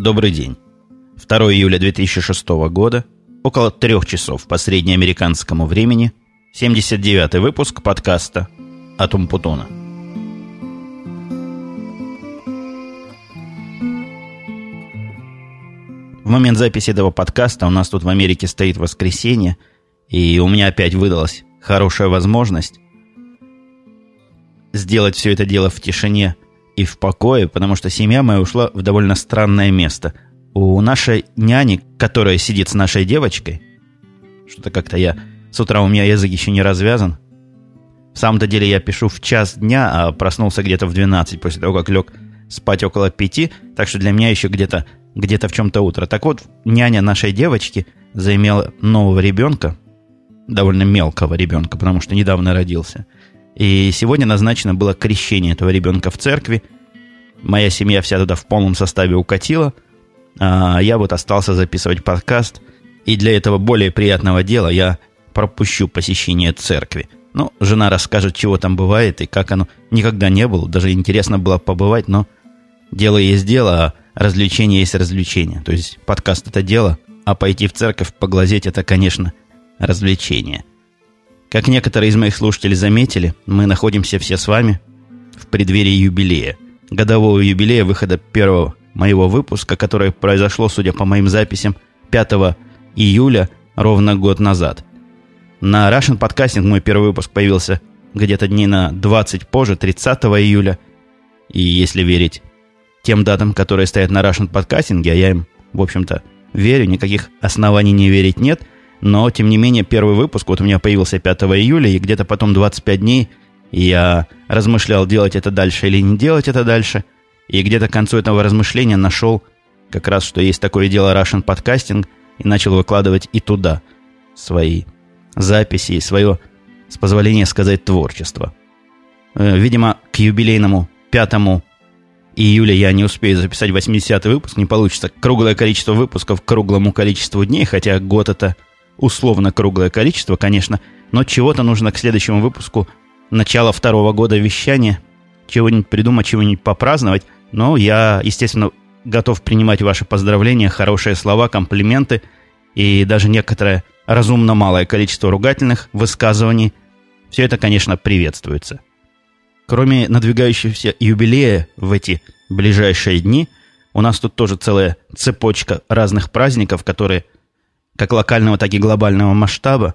Добрый день. 2 июля 2006 года, около 3 часов по среднеамериканскому времени, 79-й выпуск подкаста от Умпутуна. В момент записи этого подкаста у нас тут в Америке стоит воскресенье, и у меня опять выдалась хорошая возможность сделать все это дело в тишине и в покое, потому что семья моя ушла в довольно странное место. У нашей няни, которая сидит с нашей девочкой, что-то как-то с утра у меня язык еще не развязан. В самом-то деле я пишу в час дня, а проснулся где-то в 12, после того, как лег спать около 5, так что для меня еще где-то в чем-то утро. Так вот, няня нашей девочки заимела нового ребенка, довольно мелкого ребенка, потому что недавно родился. И сегодня назначено было крещение этого ребенка в церкви. Моя семья вся туда в полном составе укатила, а я вот остался записывать подкаст. И для этого более приятного дела я пропущу посещение церкви. Ну, жена расскажет, чего там бывает и как оно. Никогда не было, даже интересно было побывать, но дело есть дело, а развлечение есть развлечение. То есть подкаст – это дело, а пойти в церковь поглазеть – это, конечно, развлечение. Как некоторые из моих слушателей заметили, мы находимся все с вами в преддверии юбилея. Годового юбилея выхода первого моего выпуска, которое произошло, судя по моим записям, 5 июля, ровно год назад. На Russian Podcasting мой первый выпуск появился где-то дней на 20 позже, 30 июля. И если верить тем датам, которые стоят на Russian Podcasting, а я им, в общем-то, верю, никаких оснований не верить нет. Но, тем не менее, первый выпуск вот у меня появился 5 июля, и где-то потом 25 дней я размышлял, делать это дальше или не делать это дальше. И где-то к концу этого размышления нашел как раз, что есть такое дело Russian Podcasting, и начал выкладывать и туда свои записи и свое, с позволения сказать, творчество. Видимо, к юбилейному 5 июля я не успею записать 80-й выпуск, не получится круглое количество выпусков к круглому количеству дней, хотя год это условно круглое количество, конечно, но чего-то нужно к следующему выпуску, начало 2-го года вещания, чего-нибудь придумать, чего-нибудь попраздновать. Но я, естественно, готов принимать ваши поздравления, хорошие слова, комплименты и даже некоторое разумно малое количество ругательных высказываний. Все это, конечно, приветствуется. Кроме надвигающегося юбилея в эти ближайшие дни, у нас тут тоже целая цепочка разных праздников, которые как локального, так и глобального масштаба.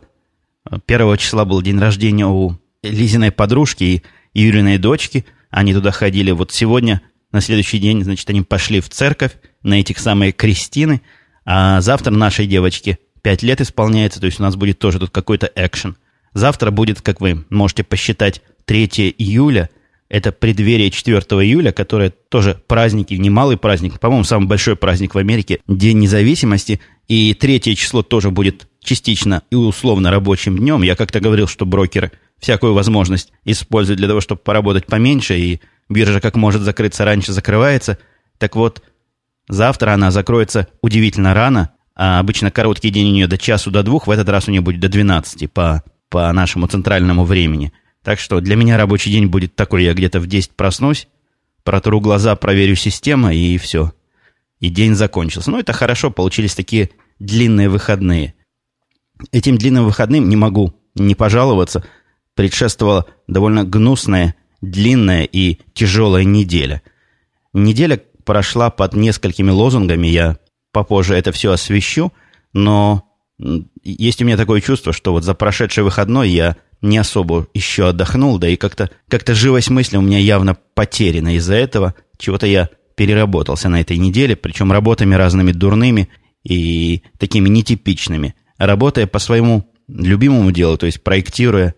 1 числа был день рождения у Лизиной подружки и Юриной дочки. Они туда ходили. Вот сегодня, на следующий день, значит, они пошли в церковь на этих самые крестины. А завтра нашей девочке 5 лет исполняется, то есть у нас будет тоже тут какой-то экшен. Завтра будет, как вы можете посчитать, 3 июля. Это преддверие 4 июля, которое тоже праздник, немалый праздник. По-моему, самый большой праздник в Америке – День независимости. И 3 число тоже будет частично и условно рабочим днем. Я как-то говорил, что брокеры всякую возможность используют для того, чтобы поработать поменьше, и биржа как может закрыться раньше, закрывается. Так вот, завтра она закроется удивительно рано, а обычно короткий день у нее до часу, до 2, в этот раз у нее будет до 12 по нашему центральному времени. Так что для меня рабочий день будет такой, я где-то в 10 проснусь, протру глаза, проверю систему, и все. И день закончился. Ну, это хорошо, получились такие длинные выходные. Этим длинным выходным не могу не пожаловаться. Предшествовала довольно гнусная, длинная и тяжелая неделя. Неделя прошла под несколькими лозунгами, я попозже это все освещу, но есть у меня такое чувство, что вот за прошедший выходной я не особо еще отдохнул, да и как-то живость мысли у меня явно потеряна из-за этого. Чего-то я переработался на этой неделе, причем работами разными дурными и такими нетипичными. Работая по своему любимому делу, то есть проектируя,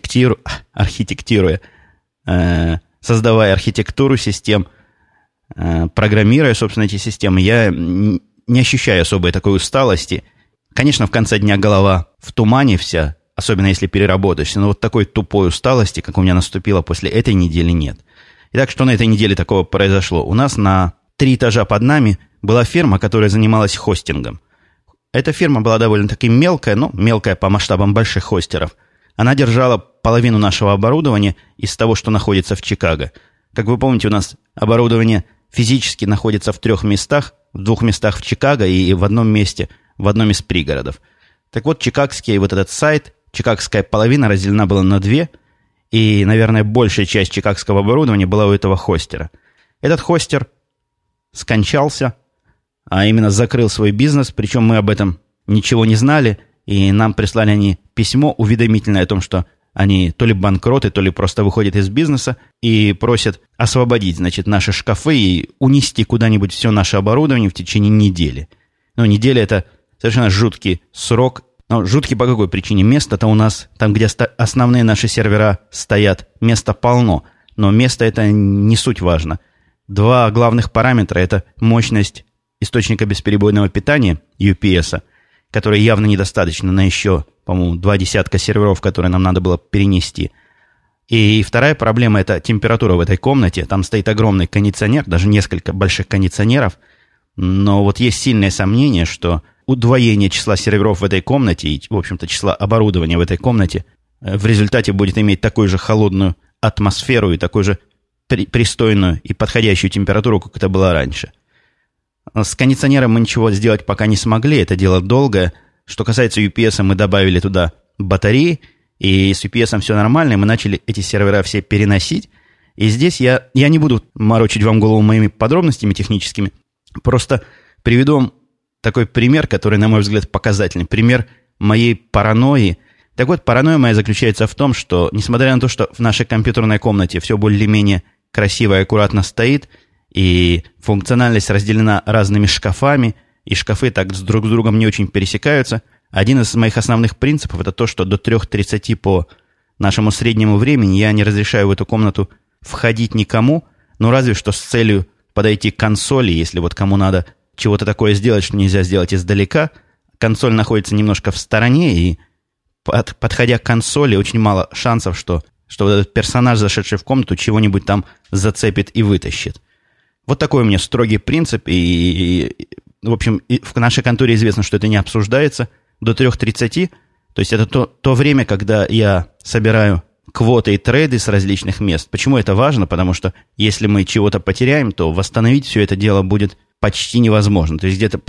архитектируя, создавая архитектуру систем, программируя, собственно, эти системы, я не ощущаю особой такой усталости. Конечно, в конце дня голова в тумане вся, особенно если переработаешься, но вот такой тупой усталости, как у меня наступило после этой недели, нет. Итак, что на этой неделе такого произошло? У нас на 3 этажа под нами была фирма, которая занималась хостингом. Эта фирма была довольно-таки мелкая, но мелкая по масштабам больших хостеров. Она держала половину нашего оборудования из того, что находится в Чикаго. Как вы помните, у нас оборудование физически находится в 3 местах, в 2 местах в Чикаго и в одном месте, в одном из пригородов. Так вот, чикагский вот этот сайт, чикагская половина разделена была на 2, и, наверное, большая часть чикагского оборудования была у этого хостера. Этот хостер скончался, а именно закрыл свой бизнес, причем мы об этом ничего не знали, и нам прислали они письмо уведомительное о том, что они то ли банкроты, то ли просто выходят из бизнеса и просят освободить, значит, наши шкафы и унести куда-нибудь все наше оборудование в течение недели. Но неделя – это совершенно жуткий срок. Но жуткий по какой причине? Место-то у нас, там, где основные наши сервера стоят, места полно. Но место это не суть важно. 2 главных параметра – это мощность источника бесперебойного питания UPS, который явно недостаточно на еще, по-моему, 2 десятка серверов, которые нам надо было перенести. И вторая проблема – это температура в этой комнате. Там стоит огромный кондиционер, даже несколько больших кондиционеров. Но вот есть сильное сомнение, что удвоение числа серверов в этой комнате и, в общем-то, числа оборудования в этой комнате в результате будет иметь такую же холодную атмосферу и такую же пристойную и подходящую температуру, как это было раньше. С кондиционером мы ничего сделать пока не смогли, это дело долгое. Что касается UPS, мы добавили туда батареи, и с UPS все нормально, и мы начали эти сервера все переносить. И здесь я не буду морочить вам голову моими подробностями техническими, просто приведу вам такой пример, который, на мой взгляд, показательный. Пример моей паранойи. Так вот, паранойя моя заключается в том, что, несмотря на то, что в нашей компьютерной комнате все более-менее красиво и аккуратно стоит, и функциональность разделена разными шкафами, и шкафы так друг с другом не очень пересекаются, один из моих основных принципов – это то, что до 3:30 по нашему среднему времени я не разрешаю в эту комнату входить никому, но разве что с целью подойти к консоли, если вот кому надо чего-то такое сделать, что нельзя сделать издалека. Консоль находится немножко в стороне, и подходя к консоли, очень мало шансов, что вот этот персонаж, зашедший в комнату, чего-нибудь там зацепит и вытащит. Вот такой у меня строгий принцип, и в общем, в нашей конторе известно, что это не обсуждается до 3:30, то есть это то время, когда я собираю квоты и трейды с различных мест. Почему это важно? Потому что если мы чего-то потеряем, то восстановить все это дело будет почти невозможно. То есть где-то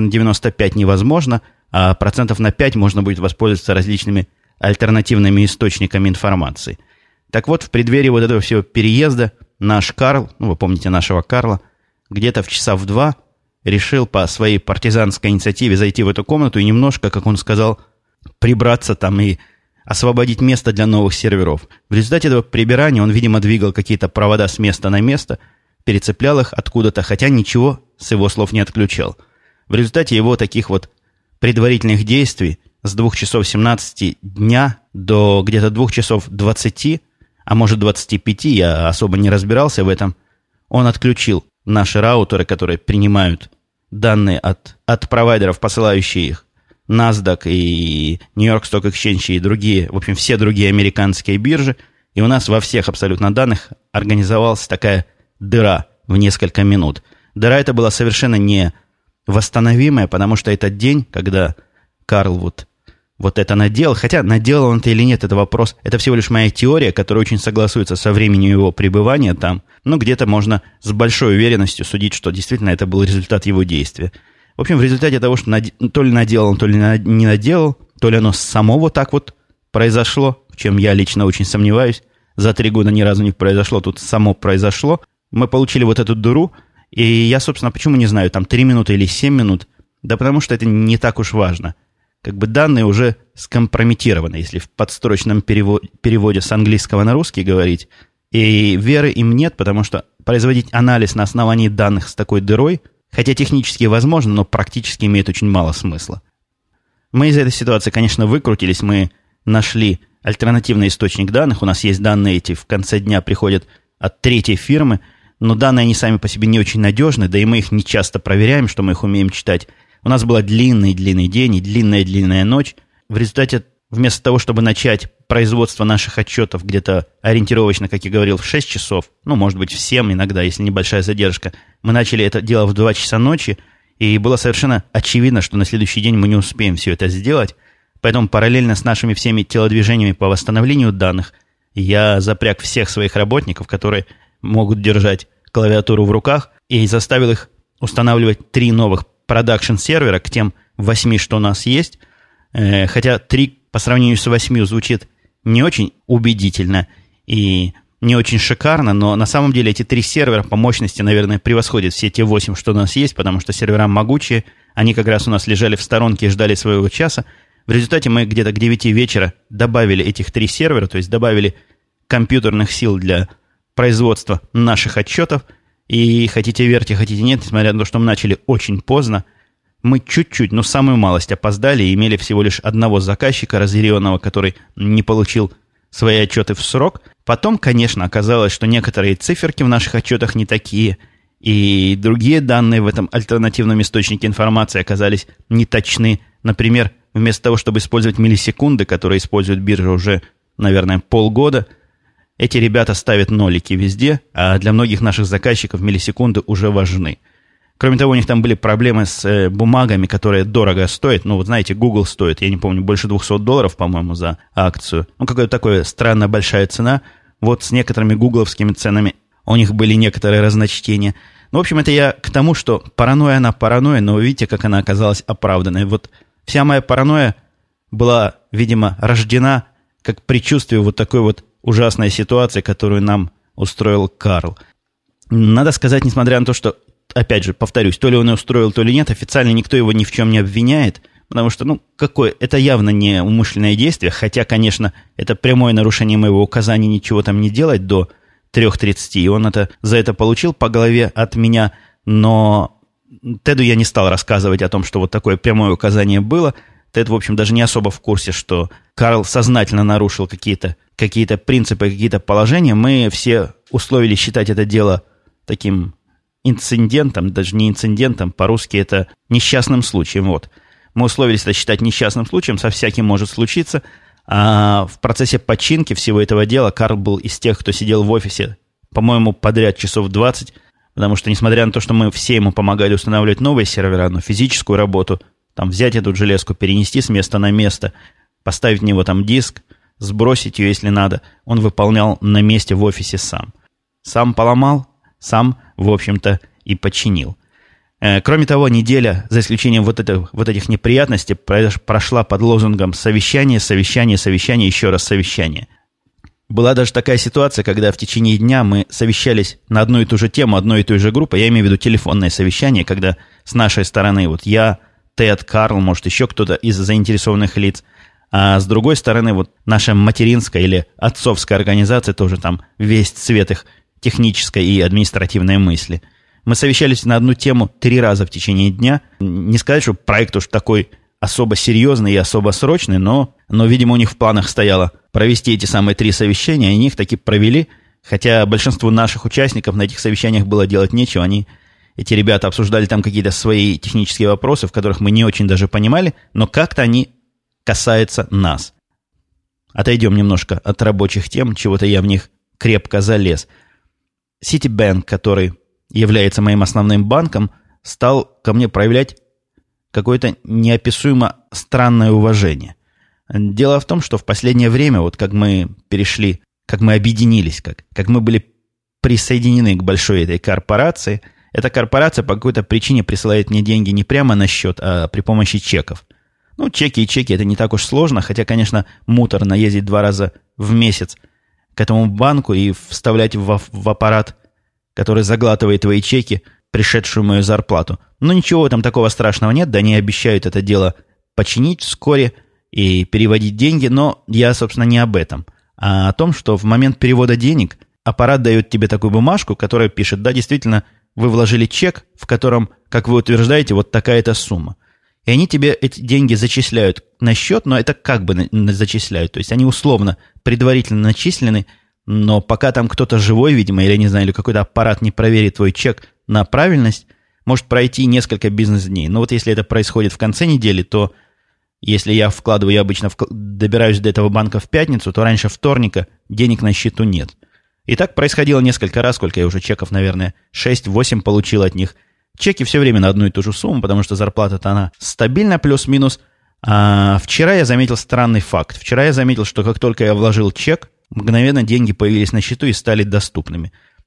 95% невозможно, а 5% можно будет воспользоваться различными альтернативными источниками информации. Так вот, в преддверии вот этого всего переезда наш Карл, вы помните нашего Карла, где-то в 2 решил по своей партизанской инициативе зайти в эту комнату и немножко, как он сказал, прибраться там и освободить место для новых серверов. В результате этого прибирания он, видимо, двигал какие-то провода с места на место, перецеплял их откуда-то, хотя ничего с его слов не отключал. В результате его таких вот предварительных действий с 2 часов 17 дня до где-то 2 часов 20, а может 25, я особо не разбирался в этом, он отключил наши раутеры, которые принимают данные от провайдеров, посылающие их, NASDAQ и New York Stock Exchange и другие, в общем, все другие американские биржи, и у нас во всех абсолютно данных организовалась такая дыра в несколько минут. Дыра эта была совершенно не восстановимая, потому что этот день, когда Карл вот это наделал, хотя наделал он это или нет, это вопрос, это всего лишь моя теория, которая очень согласуется со временем его пребывания там, но где-то можно с большой уверенностью судить, что действительно это был результат его действия. В общем, в результате того, что то ли наделал он, то ли не наделал, то ли оно само вот так вот произошло, в чем я лично очень сомневаюсь, за 3 года ни разу не произошло, тут само произошло, мы получили вот эту дыру, и я, собственно, почему не знаю, там 3 минуты или 7 минут, да потому что это не так уж важно. Как бы данные уже скомпрометированы, если в подстрочном переводе с английского на русский говорить, и веры им нет, потому что производить анализ на основании данных с такой дырой, хотя технически возможно, но практически имеет очень мало смысла. Мы из этой ситуации, конечно, выкрутились, мы нашли альтернативный источник данных, у нас есть данные эти, в конце дня приходят от 3-й фирмы, но данные они сами по себе не очень надежны, да и мы их не часто проверяем, что мы их умеем читать. У нас был длинный день и длинная ночь. В результате, вместо того, чтобы начать производство наших отчетов где-то ориентировочно, как я говорил, в 6 часов, ну, может быть, в 7 иногда, если небольшая задержка, мы начали это дело в 2 часа ночи, и было совершенно очевидно, что на следующий день мы не успеем все это сделать. Поэтому параллельно с нашими всеми телодвижениями по восстановлению данных я запряг всех своих работников, которые могут держать клавиатуру в руках и заставил их устанавливать 3 новых продакшн-сервера к тем 8, что у нас есть. Хотя 3 по сравнению с 8 звучит не очень убедительно и не очень шикарно, но на самом деле эти 3 сервера по мощности, наверное, превосходят все те 8, что у нас есть, потому что сервера могучие, они как раз у нас лежали в сторонке и ждали своего часа. В результате мы где-то к 9 вечера добавили этих 3 сервера, то есть добавили компьютерных сил для производства наших отчетов. И хотите верьте, хотите нет, несмотря на то, что мы начали очень поздно, мы чуть-чуть, но самую малость опоздали и имели всего лишь одного заказчика разъяренного, который не получил свои отчеты в срок. Потом, конечно, оказалось, что некоторые циферки в наших отчетах не такие, и другие данные в этом альтернативном источнике информации оказались неточны. Например, вместо того, чтобы использовать миллисекунды, которые использует биржа уже, наверное, полгода, эти ребята ставят нолики везде, а для многих наших заказчиков миллисекунды уже важны. Кроме того, у них там были проблемы с бумагами, которые дорого стоят. Ну, вот знаете, Google стоит, я не помню, больше $200, по-моему, за акцию. Ну, какая-то такая странно большая цена. Вот с некоторыми гугловскими ценами у них были некоторые разночтения. Ну, в общем, это я к тому, что паранойя, она паранойя, но вы видите, как она оказалась оправданной. Вот вся моя паранойя была, видимо, рождена как предчувствие вот такой вот ужасной ситуации, которую нам устроил Карл. Надо сказать, несмотря на то, что, опять же, повторюсь, то ли он и устроил, то ли нет, официально никто его ни в чем не обвиняет, потому что, ну, это явно не умышленное действие, хотя, конечно, это прямое нарушение моего указания ничего там не делать до 3:30, и он за это получил по голове от меня, но Теду я не стал рассказывать о том, что вот такое прямое указание было. Тед, в общем, даже не особо в курсе, что Карл сознательно нарушил какие-то принципы, какие-то положения. Мы все условились считать это дело таким инцидентом, даже не инцидентом, по-русски это несчастным случаем. Вот. Мы условились это считать несчастным случаем, со всяким может случиться. А в процессе починки всего этого дела Карл был из тех, кто сидел в офисе, по-моему, подряд часов 20, потому что, несмотря на то, что мы все ему помогали устанавливать новые сервера, но физическую работу, там взять эту железку, перенести с места на место, поставить в него там диск, сбросить ее, если надо, он выполнял на месте в офисе сам. Сам поломал, сам, в общем-то, и починил. Кроме того, неделя, за исключением вот этих неприятностей, прошла под лозунгом «совещание, совещание, совещание, еще раз совещание». Была даже такая ситуация, когда в течение дня мы совещались на одну и ту же тему, одной и той же группы. Я имею в виду телефонное совещание, когда с нашей стороны вот я, Тед, Карл, может, еще кто-то из заинтересованных лиц, а с другой стороны вот наша материнская или отцовская организация, тоже там весь цвет их технической и административной мысли. Мы совещались на одну тему 3 раза в течение дня. Не сказать, что проект уж такой особо серьезный и особо срочный, но, видимо, у них в планах стояло провести эти самые 3 совещания, и они их таки провели, хотя большинству наших участников на этих совещаниях было делать нечего. Эти ребята обсуждали там какие-то свои технические вопросы, в которых мы не очень даже понимали, но как-то они касаются нас. Отойдем немножко от рабочих тем, чего-то я в них крепко залез. Citibank, который является моим основным банком, стал ко мне проявлять какое-то неописуемо странное уважение. Дело в том, что в последнее время, вот как мы перешли, как мы объединились, как мы были присоединены к большой этой корпорации, эта корпорация по какой-то причине присылает мне деньги не прямо на счет, а при помощи чеков. Ну, чеки и чеки – это не так уж сложно, хотя, конечно, муторно ездить 2 раза в месяц к этому банку и вставлять в аппарат, который заглатывает твои чеки, пришедшую мою зарплату. Но ничего в этом такого страшного нет, да они обещают это дело починить вскоре и переводить деньги, но я, собственно, не об этом, а о том, что в момент перевода денег аппарат дает тебе такую бумажку, которая пишет: да, действительно, вы вложили чек, в котором, как вы утверждаете, вот такая-то сумма. И они тебе эти деньги зачисляют на счет, но это как бы зачисляют. То есть они условно, предварительно начислены, но пока там кто-то живой, видимо, или, не знаю, или какой-то аппарат не проверит твой чек на правильность, может пройти несколько бизнес-дней. Но вот если это происходит в конце недели, то если я обычно добираюсь до этого банка в пятницу, то раньше вторника денег на счету нет. И так происходило несколько раз, сколько я уже чеков, наверное, 6-8 получил от них. Чеки все время на одну и ту же сумму, потому что зарплата-то она стабильна, плюс-минус. А вчера я заметил странный факт. Вчера я заметил, что как только я вложил чек, мгновенно деньги появились на счету и стали доступными.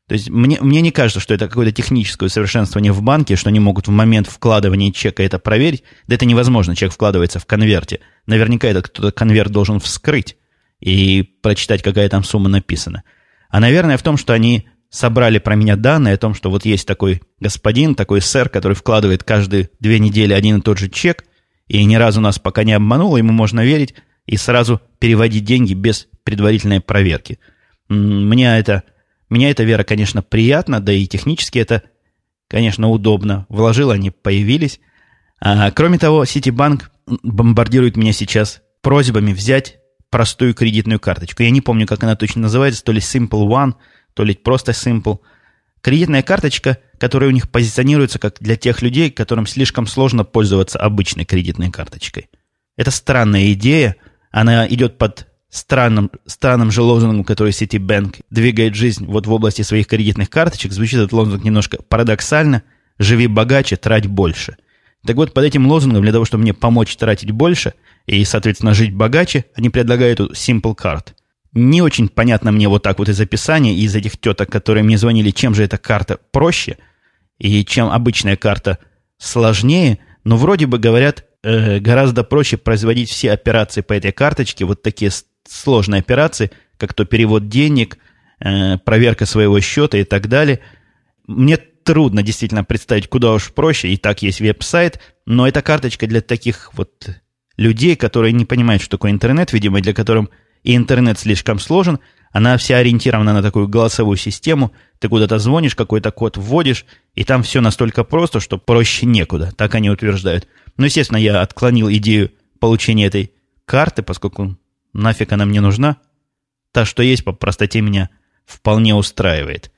То есть мне не кажется, что это какое-то техническое усовершенствование в банке, что они могут в момент вкладывания чека это проверить. Да это невозможно, чек вкладывается в конверте. Наверняка этот кто-то конверт должен вскрыть и прочитать, какая там сумма написана. А, наверное, в том, что они собрали про меня данные о том, что вот есть такой господин, такой сэр, который вкладывает каждые 2 недели один и тот же чек, и ни разу нас пока не обманул, ему можно верить и сразу переводить деньги без предварительной проверки. Меня эта вера, конечно, приятна, да и технически это, конечно, удобно. Вложил, они появились. Кроме того, Ситибанк бомбардирует меня сейчас просьбами взять простую кредитную карточку. Я не помню, как она точно называется, то ли Simple One, то ли просто Simple. Кредитная карточка, которая у них позиционируется как для тех людей, которым слишком сложно пользоваться обычной кредитной карточкой. Это странная идея. Она идет под странным же лозунгом, который Citibank двигает жизнь вот в области своих кредитных карточек. Звучит этот лозунг немножко парадоксально. «Живи богаче, трать больше». Так вот, под этим лозунгом, для того, чтобы мне помочь тратить больше и, соответственно, жить богаче, они предлагают эту Simple Card. Не очень понятно мне вот так вот из описания, из этих теток, которые мне звонили, чем же эта карта проще и чем обычная карта сложнее, но вроде бы говорят, гораздо проще производить все операции по этой карточке, вот такие сложные операции, как то перевод денег, проверка своего счета и так далее. Мне трудно действительно представить, куда уж проще, и так есть веб-сайт, но эта карточка для таких вот людей, которые не понимают, что такое интернет, видимо, для которых и интернет слишком сложен, она вся ориентирована на такую голосовую систему, ты куда-то звонишь, какой-то код вводишь, и там все настолько просто, что проще некуда, так они утверждают. Но, естественно, я отклонил идею получения этой карты, поскольку нафиг она мне нужна. Та, что есть, по простоте меня вполне устраивает.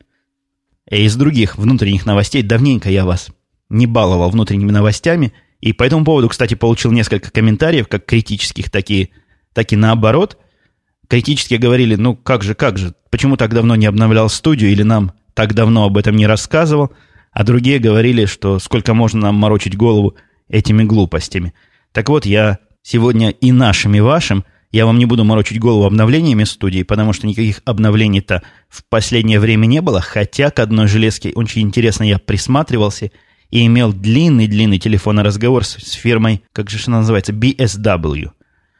И из других внутренних новостей давненько я вас не баловал внутренними новостями, и по этому поводу, кстати, получил несколько комментариев, как критических, так и наоборот. Критически говорили, ну как же, почему так давно не обновлял студию, или нам так давно об этом не рассказывал, а другие говорили, что сколько можно нам морочить голову этими глупостями. Так вот, я сегодня и нашим, и вашим, я вам не буду морочить голову обновлениями студии, потому что никаких обновлений-то в последнее время не было, хотя к одной железке очень интересно я присматривался и имел длинный телефонный разговор с фирмой, как же она называется, BSW.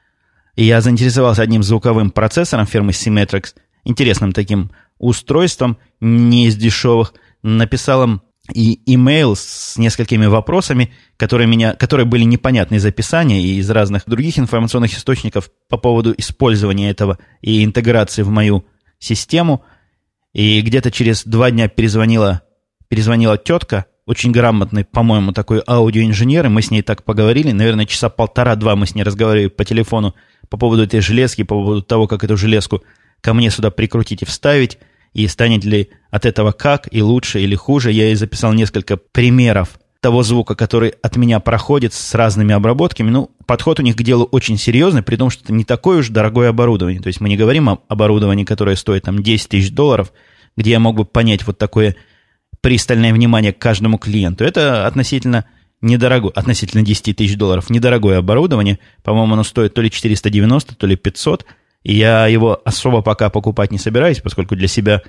И я заинтересовался одним звуковым процессором фирмы Symmetrix, интересным таким устройством, не из дешевых, написал им и имейл с несколькими вопросами, которые были непонятны из описания и из разных других информационных источников по поводу использования этого и интеграции в мою систему. И где-то через 2 дня перезвонила тетка, очень грамотный, по-моему, такой аудиоинженер, и мы с ней так поговорили, наверное, часа 1,5-2 мы с ней разговаривали по телефону по поводу этой железки, по поводу того, как эту железку ко мне сюда прикрутить и вставить, и станет ли от этого как, и лучше, или хуже. Я ей записал несколько примеров того звука, который от меня проходит с разными обработками. Ну, подход у них к делу очень серьезный, при том, что это не такое уж дорогое оборудование. То есть мы не говорим об оборудовании, которое стоит там $10 000, где я мог бы понять вот такое пристальное внимание к каждому клиенту. Это относительно недорого, относительно $10 000, недорогое оборудование. По-моему, оно стоит то ли 490, то ли 500. И я его особо пока покупать не собираюсь, поскольку для себя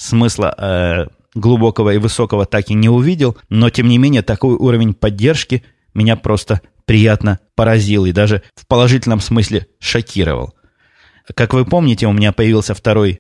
смысла глубокого и высокого так и не увидел. Но, тем не менее, такой уровень поддержки меня просто приятно поразил и даже в положительном смысле шокировал. Как вы помните, у меня появился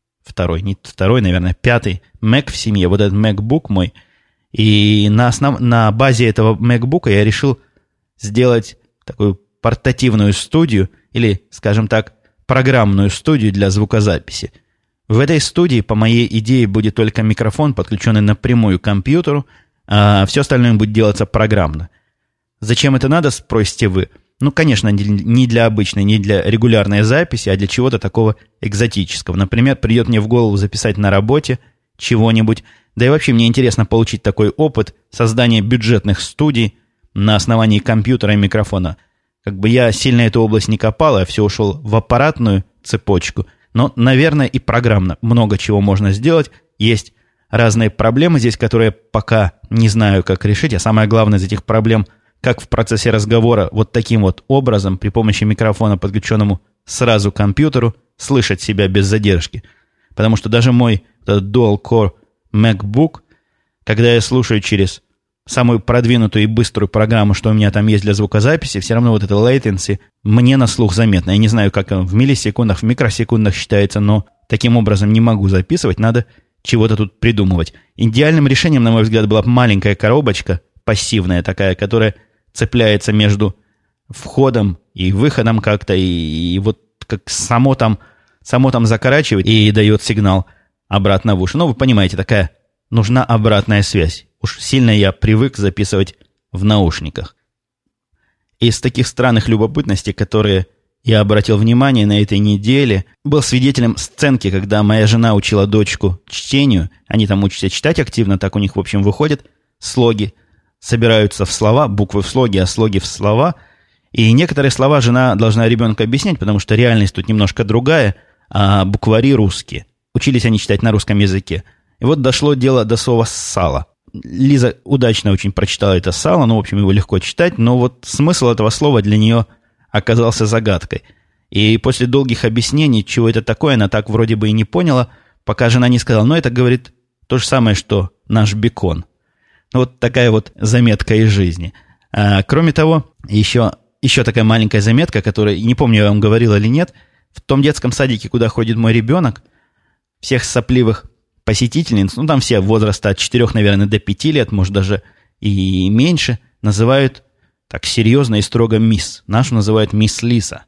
пятый Mac в семье, вот этот MacBook мой. И на базе этого MacBook я решил сделать такую портативную студию, или, скажем так, программную студию для звукозаписи. В этой студии, по моей идее, будет только микрофон, подключенный напрямую к компьютеру, а все остальное будет делаться программно. Зачем это надо, спросите вы? Ну, конечно, не для обычной, не для регулярной записи, а для чего-то такого экзотического. Например, придет мне в голову записать на работе чего-нибудь. Да и вообще мне интересно получить такой опыт создания бюджетных студий на основании компьютера и микрофона. Как бы я сильно эту область не копал, а все ушел в аппаратную цепочку. Но, наверное, и программно много чего можно сделать. Есть разные проблемы здесь, которые пока не знаю, как решить. А самое главное из этих проблем, как в процессе разговора вот таким вот образом, при помощи микрофона, подключенному сразу к компьютеру, слышать себя без задержки. Потому что даже мой Dual Core MacBook, когда я слушаю через самую продвинутую и быструю программу, что у меня там есть для звукозаписи, все равно вот это latency мне на слух заметно. Я не знаю, как в миллисекундах, в микросекундах считается, но таким образом не могу записывать, надо чего-то тут придумывать. Идеальным решением, на мой взгляд, была маленькая коробочка, пассивная такая, которая цепляется между входом и выходом как-то, и вот как само там закорачивает и дает сигнал обратно в уши. Ну, вы понимаете, такая нужна обратная связь. Уж сильно я привык записывать в наушниках. Из таких странных любопытностей, которые я обратил внимание на этой неделе, был свидетелем сценки, когда моя жена учила дочку чтению. Они там учатся читать активно, так у них, в общем, выходят слоги, собираются в слова, буквы в слоги, а слоги в слова. И некоторые слова жена должна ребенку объяснять, потому что реальность тут немножко другая, а буквари русские. Учились они читать на русском языке. И вот дошло дело до слова «сало». Лиза удачно очень прочитала это «сало», ну, в общем, его легко читать, но вот смысл этого слова для нее оказался загадкой. И после долгих объяснений, чего это такое, она так вроде бы и не поняла, пока жена не сказала, ну, это, говорит, то же самое, что наш бекон. Ну, вот такая вот заметка из жизни. Кроме того, еще такая маленькая заметка, которая, не помню, я вам говорил или нет, в том детском садике, куда ходит мой ребенок, всех сопливых посетительниц, ну, там все возраста от 4, наверное, до 5 лет, может, даже и меньше, называют так серьезно и строго мисс. Нашу называют мисс Лиса.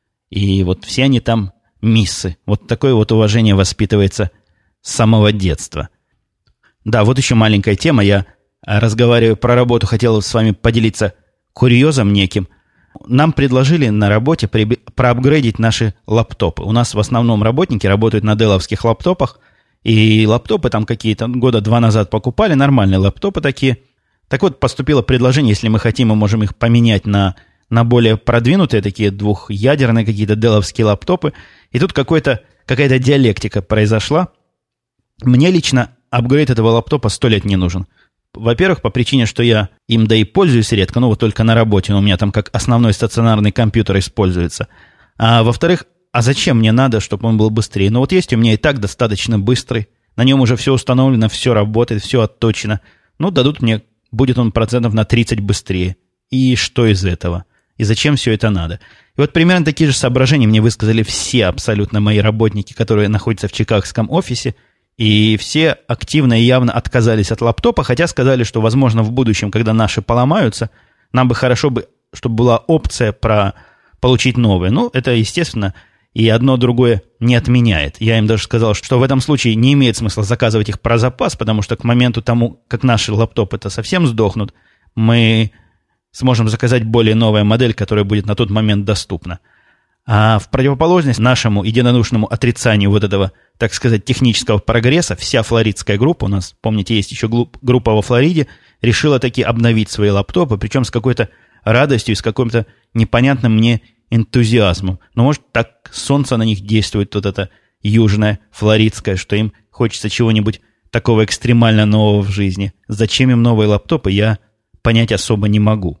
И вот все они там миссы. Вот такое вот уважение воспитывается с самого детства. Да, вот еще маленькая тема. Я, разговаривая про работу, хотел с вами поделиться курьезом неким. Нам предложили на работе проапгрейдить наши лаптопы. У нас в основном работники работают на деловских лаптопах, и лаптопы там какие-то года 2 назад покупали, нормальные лаптопы такие. Так вот, поступило предложение, если мы хотим, мы можем их поменять на более продвинутые, такие двухъядерные какие-то деловские лаптопы. И тут какая-то диалектика произошла. Мне лично апгрейд этого лаптопа 100 лет не нужен. Во-первых, по причине, что я им да и пользуюсь редко, ну вот только на работе, но у меня там как основной стационарный компьютер используется. А во-вторых, а зачем мне надо, чтобы он был быстрее? Ну вот есть у меня и так достаточно быстрый, на нем уже все установлено, все работает, все отточено. Ну, дадут мне, будет он процентов на 30 быстрее. И что из этого? И зачем все это надо? И вот примерно такие же соображения мне высказали все абсолютно мои работники, которые находятся в чикагском офисе. И все активно и явно отказались от лаптопа, хотя сказали, что, возможно, в будущем, когда наши поломаются, нам бы хорошо, чтобы была опция про получить новые. Ну, это, естественно, и одно другое не отменяет. Я им даже сказал, что в этом случае не имеет смысла заказывать их про запас, потому что к моменту тому, как наши лаптопы-то совсем сдохнут, мы сможем заказать более новую модель, которая будет на тот момент доступна. А в противоположность нашему единодушному отрицанию вот этого, так сказать, технического прогресса, вся флоридская группа, у нас, помните, есть еще группа во Флориде, решила таки обновить свои лаптопы, причем с какой-то радостью и с каким-то непонятным мне энтузиазмом. Но, может, так солнце на них действует, вот это южное, флоридское, что им хочется чего-нибудь такого экстремально нового в жизни. Зачем им новые лаптопы, я понять особо не могу.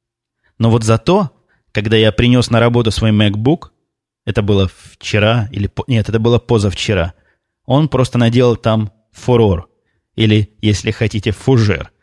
Но вот зато, когда я принес на работу свой MacBook, это было вчера, это было позавчера, он просто наделал там фурор, или, если хотите, фужер.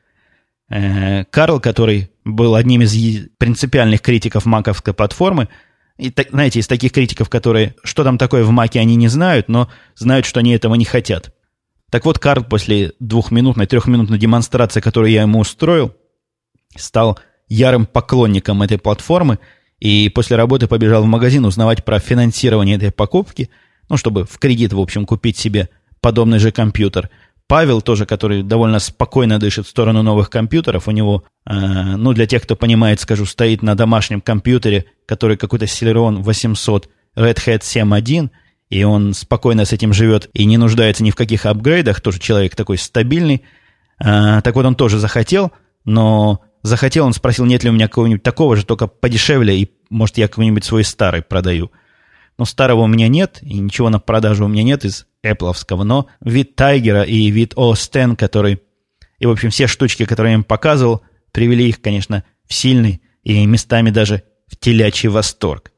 Карл, который был одним из принципиальных критиков маковской платформы, и, знаете, из таких критиков, которые, что там такое в маке, они не знают, но знают, что они этого не хотят. Так вот, Карл после 2-минутной, 3-минутной демонстрации, которую я ему устроил, стал ярым поклонником этой платформы и после работы побежал в магазин узнавать про финансирование этой покупки, ну, чтобы в кредит, в общем, купить себе подобный же компьютер. Павел тоже, который довольно спокойно дышит в сторону новых компьютеров, у него, ну, для тех, кто понимает, скажу, стоит на домашнем компьютере, который какой-то Celeron 800 Red Hat 7.1, и он спокойно с этим живет и не нуждается ни в каких апгрейдах, тоже человек такой стабильный. Так вот, он тоже захотел, но захотел, он спросил, нет ли у меня какого-нибудь такого же, только подешевле, и, может, я какой-нибудь свой старый продаю. Но старого у меня нет, и ничего на продажу у меня нет из Apple'овского, но вид Тайгера и вид OS X, который, и, в общем, все штучки, которые я им показывал, привели их, конечно, в сильный и местами даже в телячий восторг.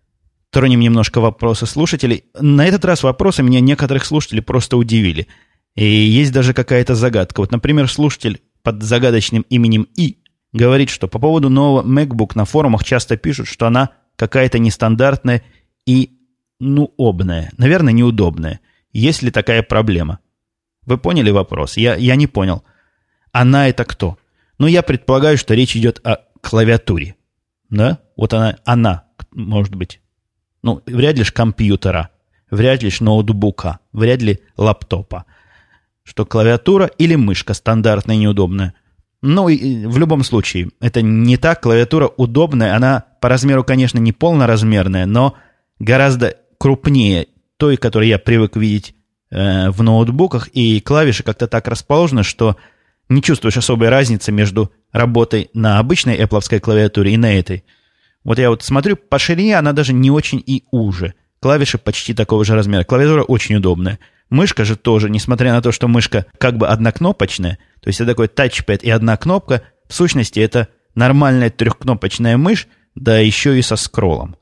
Тронем немножко вопросы слушателей. На этот раз вопросы меня некоторых слушателей просто удивили. И есть даже какая-то загадка. Вот, например, слушатель под загадочным именем И говорит, что по поводу нового MacBook на форумах часто пишут, что она какая-то нестандартная и обная. Наверное, неудобная. Есть ли такая проблема? Вы поняли вопрос? Я не понял. Она это кто? Я предполагаю, что речь идет о клавиатуре. Да? Вот она может быть. Вряд ли ж компьютера, вряд ли ж ноутбука, вряд ли лаптопа. Что клавиатура или мышка стандартная и неудобная. И в любом случае, это не так. Клавиатура удобная, она по размеру, конечно, не полноразмерная, но гораздо крупнее той, которую я привык видеть в ноутбуках, и клавиши как-то так расположены, что не чувствуешь особой разницы между работой на обычной Apple-овской клавиатуре и на этой. Вот я смотрю, по ширине она даже не очень и уже. Клавиши почти такого же размера. Клавиатура очень удобная. Мышка же тоже, несмотря на то, что мышка как бы однокнопочная, то есть это такой тачпэд и одна кнопка, в сущности это нормальная трехкнопочная мышь, да еще и со скроллом.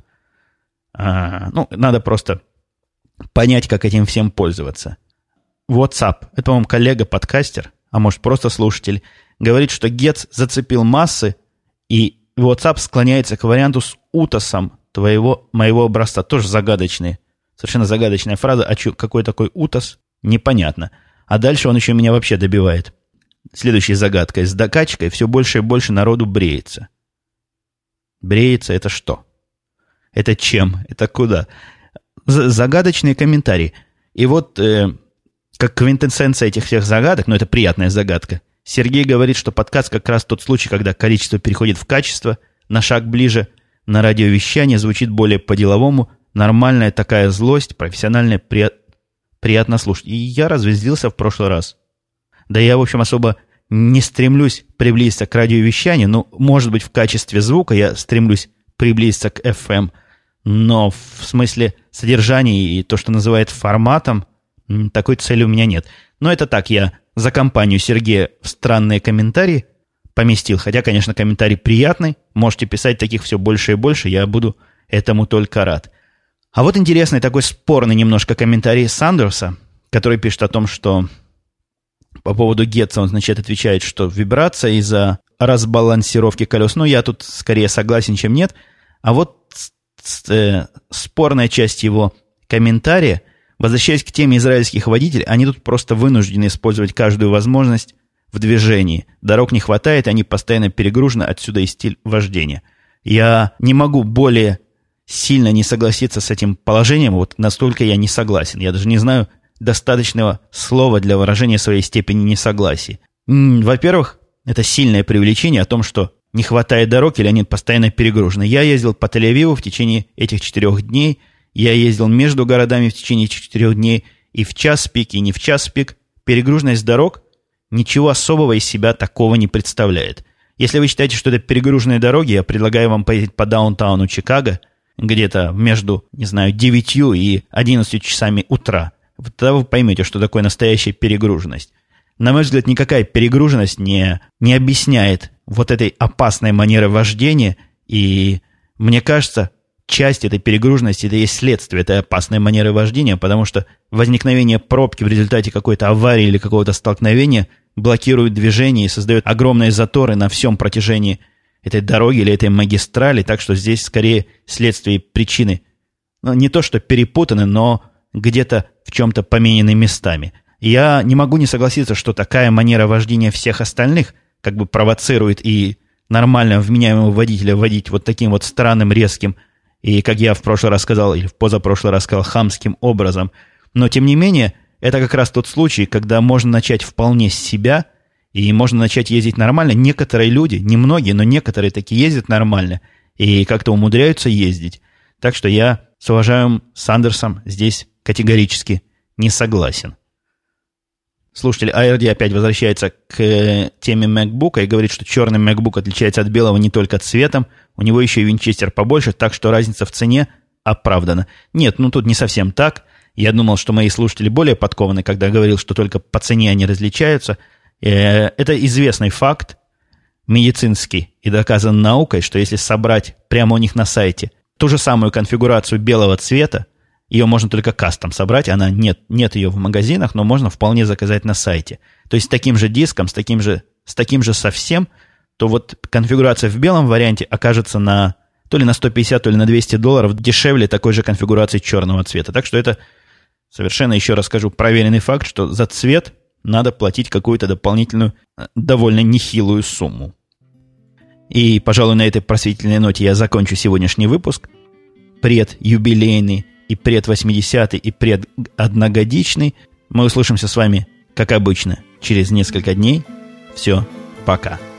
Надо просто понять, как этим всем пользоваться. WhatsApp, это, по-моему, коллега-подкастер, а может просто слушатель, говорит, что Гетц зацепил массы, и WhatsApp склоняется к варианту с утосом моего образца. Тоже загадочный. Совершенно загадочная фраза. Какой такой утос? Непонятно. А дальше он еще меня вообще добивает. Следующей загадкой. С докачкой все больше и больше народу бреется. Бреется это что? Это чем? Это куда? Загадочные комментарии. И вот, как квинтэссенция этих всех загадок, это приятная загадка, Сергей говорит, что подкаст как раз тот случай, когда количество переходит в качество, на шаг ближе, на радиовещание звучит более по-деловому, нормальная такая злость, профессиональная, приятно слушать. И я развездился в прошлый раз. Да я, в общем, особо не стремлюсь приблизиться к радиовещанию, может быть, в качестве звука я стремлюсь приблизиться к FM, но в смысле содержания и то, что называют форматом, такой цели у меня нет. Но это так, я за компанию Сергея в странные комментарии поместил. Хотя, конечно, комментарий приятный. Можете писать таких все больше и больше. Я буду этому только рад. А вот интересный такой спорный немножко комментарий Сандерса, который пишет о том, что по поводу Гетца он, отвечает, что вибрация из-за разбалансировки колес. Я тут скорее согласен, чем нет. А вот спорная часть его комментария, возвращаясь к теме израильских водителей, они тут просто вынуждены использовать каждую возможность в движении. Дорог не хватает, они постоянно перегружены, отсюда и стиль вождения. Я не могу более сильно не согласиться с этим положением, вот настолько я не согласен. Я даже не знаю достаточного слова для выражения своей степени несогласия. Во-первых, это сильное преувеличение о том, что не хватает дорог или они постоянно перегружены. Я ездил по Тель-Авиву в течение этих 4 дней, я ездил между городами в течение этих 4 дней, и в час пик, и не в час пик. Перегруженность дорог ничего особого из себя такого не представляет. Если вы считаете, что это перегруженные дороги, я предлагаю вам поездить по даунтауну Чикаго, где-то между, 9 и 11 часами утра. Тогда вы поймете, что такое настоящая перегруженность. На мой взгляд, никакая перегруженность не объясняет вот этой опасной манеры вождения, и мне кажется, часть этой перегруженности – это есть следствие этой опасной манеры вождения, потому что возникновение пробки в результате какой-то аварии или какого-то столкновения блокирует движение и создает огромные заторы на всем протяжении этой дороги или этой магистрали, так что здесь скорее следствие и причины, не то что перепутаны, но где-то в чем-то поменены местами. Я не могу не согласиться, что такая манера вождения всех остальных как бы провоцирует и нормально вменяемого водителя водить вот таким вот странным, резким и, как я в прошлый раз сказал, или в позапрошлый раз сказал, хамским образом. Но, тем не менее, это как раз тот случай, когда можно начать вполне с себя, и можно начать ездить нормально. Некоторые люди, не многие, но некоторые такие ездят нормально, и как-то умудряются ездить. Так что я с уважаемым Сандерсом здесь категорически не согласен. Слушатель ARD опять возвращается к теме MacBook и говорит, что черный MacBook отличается от белого не только цветом, у него еще и винчестер побольше, так что разница в цене оправдана. Нет, тут не совсем так. Я думал, что мои слушатели более подкованы, когда я говорил, что только по цене они различаются. Это известный факт, медицинский и доказан наукой, что если собрать прямо у них на сайте ту же самую конфигурацию белого цвета, Ее можно только кастом собрать, нет ее в магазинах, но можно вполне заказать на сайте. То есть с таким же диском, с таким же совсем, то вот конфигурация в белом варианте окажется то ли на 150, то ли на $200 дешевле такой же конфигурации черного цвета. Так что это совершенно, еще раз скажу, проверенный факт, что за цвет надо платить какую-то дополнительную, довольно нехилую сумму. И, пожалуй, на этой просветительной ноте я закончу сегодняшний выпуск. Предюбилейный и пред-80-й, и пред-одногодичный. Мы услышимся с вами, как обычно, через несколько дней. Все, пока.